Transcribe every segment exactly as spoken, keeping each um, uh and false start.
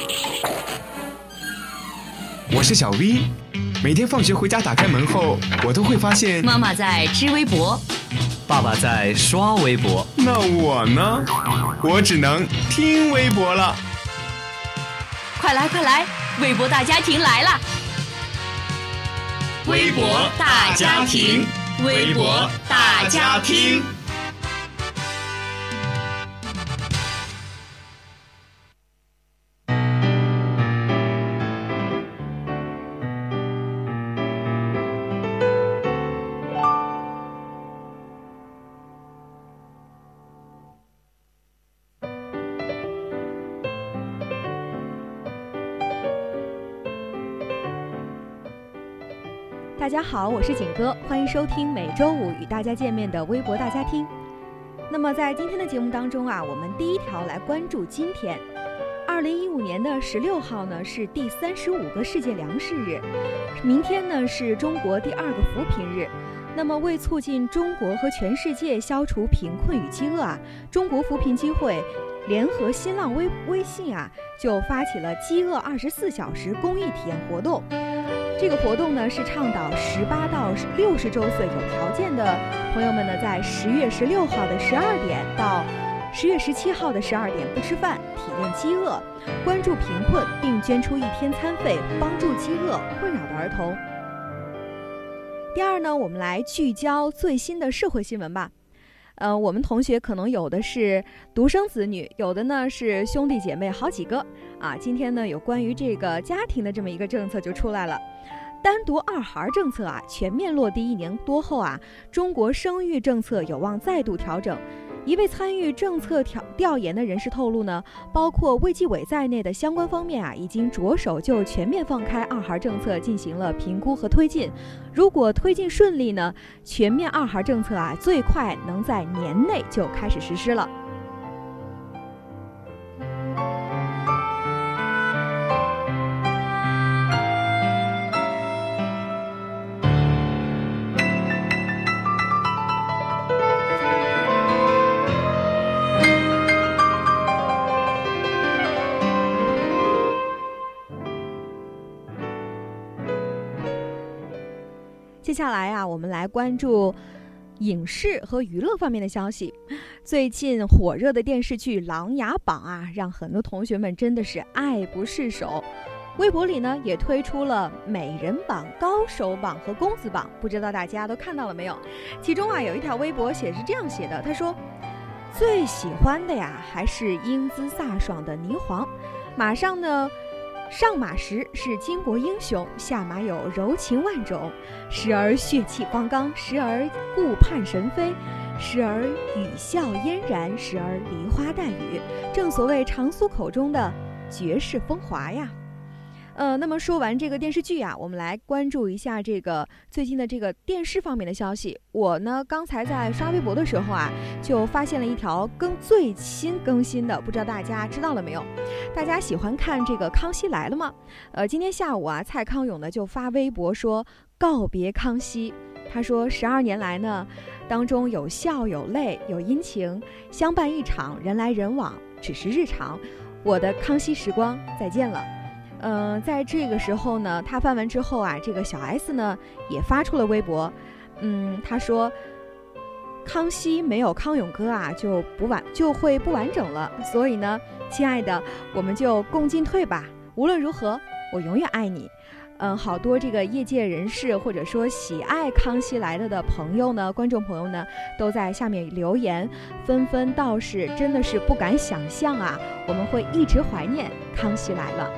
我是小 V， 每天放学回家打开门后，我都会发现妈妈在织微博， 爸爸在刷微博， 那我呢？我只能听微博了。 快来快来，微博大家庭来了！ 微博大家庭，微博大家庭。 大家好，我是景哥，欢迎收听每周五与大家见面的微博大家听。那么在今天的节目当中啊，我们第一条来关注今天，二零一五年的十六号呢是第三十五个世界粮食日，明天呢是中国第二个扶贫日。那么为促进中国和全世界消除贫困与饥饿啊，中国扶贫机会联合新浪微微信啊，就发起了饥饿二十四小时公益体验活动。这个活动呢是倡导十八到六十周岁有条件的朋友们呢，在十月十六号的十二点到十月十七号的十二点不吃饭，体验饥饿，关注贫困，并捐出一天餐费，帮助饥饿困扰的儿童。第二呢，我们来聚焦最新的社会新闻吧。呃，我们同学可能有的是独生子女，有的呢是兄弟姐妹好几个啊。今天呢，有关于这个家庭的这么一个政策就出来了。单独二孩政策啊全面落地一年多后啊，中国生育政策有望再度调整。一位参与政策调调研的人士透露呢，包括卫计委在内的相关方面啊，已经着手就全面放开二孩政策进行了评估和推进。如果推进顺利呢，全面二孩政策啊，最快能在年内就开始实施了。接下来啊，我们来关注影视和娱乐方面的消息。最近火热的电视剧《琅琊榜》啊，让很多同学们真的是爱不释手。微博里呢也推出了美人榜、高手榜和公子榜，不知道大家都看到了没有？其中啊有一条微博写是这样写的，他说：最喜欢的呀还是英姿飒爽的霓凰，马上呢上马时是巾帼英雄，下马有柔情万种，时而血气方刚，时而顾盼神飞，时而语笑嫣然，时而梨花带雨，正所谓常苏口中的绝世风华呀。呃，那么说完这个电视剧啊，我们来关注一下这个最近的这个电视方面的消息。我呢刚才在刷微博的时候啊，就发现了一条更最新更新的，不知道大家知道了没有？大家喜欢看这个《康熙来了》吗？呃，今天下午啊，蔡康永呢就发微博说告别康熙。他说十二年来呢，当中有笑有泪有阴晴，相伴一场，人来人往只是日常，我的康熙时光再见了。嗯、呃，在这个时候呢，他发完之后啊，这个小 S 呢也发出了微博，嗯，他说康熙没有康永哥啊，就不完就会不完整了，所以呢，亲爱的，我们就共进退吧。无论如何，我永远爱你。嗯，好多这个业界人士或者说喜爱康熙来了的朋友呢，观众朋友呢，都在下面留言，纷纷道是真的是不敢想象啊，我们会一直怀念康熙来了。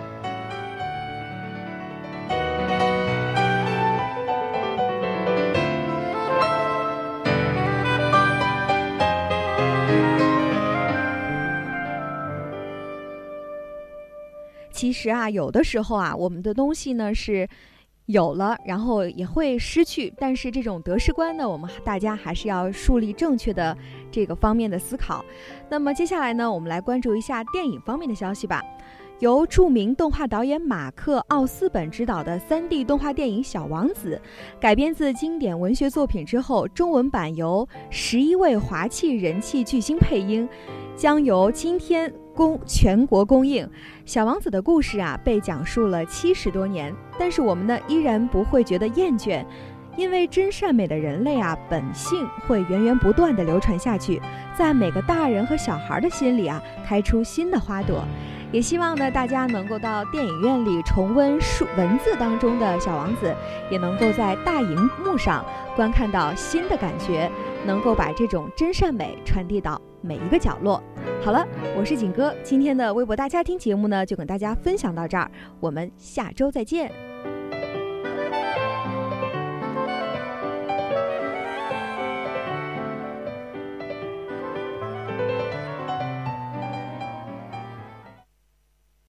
其实啊，有的时候啊，我们的东西呢是有了，然后也会失去，但是这种得失观呢，我们大家还是要树立正确的这个方面的思考。那么接下来呢，我们来关注一下电影方面的消息吧。由著名动画导演马克·奥斯本执导的 三 D 动画电影《小王子》，改编自经典文学作品之后，中文版由十一位华裔人气巨星配音， 将由今天公全国公映。小王子的故事啊，被讲述了七十多年，但是我们呢依然不会觉得厌倦，因为真善美的人类啊，本性会源源不断地流传下去，在每个大人和小孩的心里啊，开出新的花朵。也希望呢，大家能够到电影院里重温书文字当中的小王子，也能够在大荧幕上观看到新的感觉，能够把这种真善美传递到每一个角落。好了，我是景哥，今天的微博大家听节目呢，就跟大家分享到这儿，我们下周再见。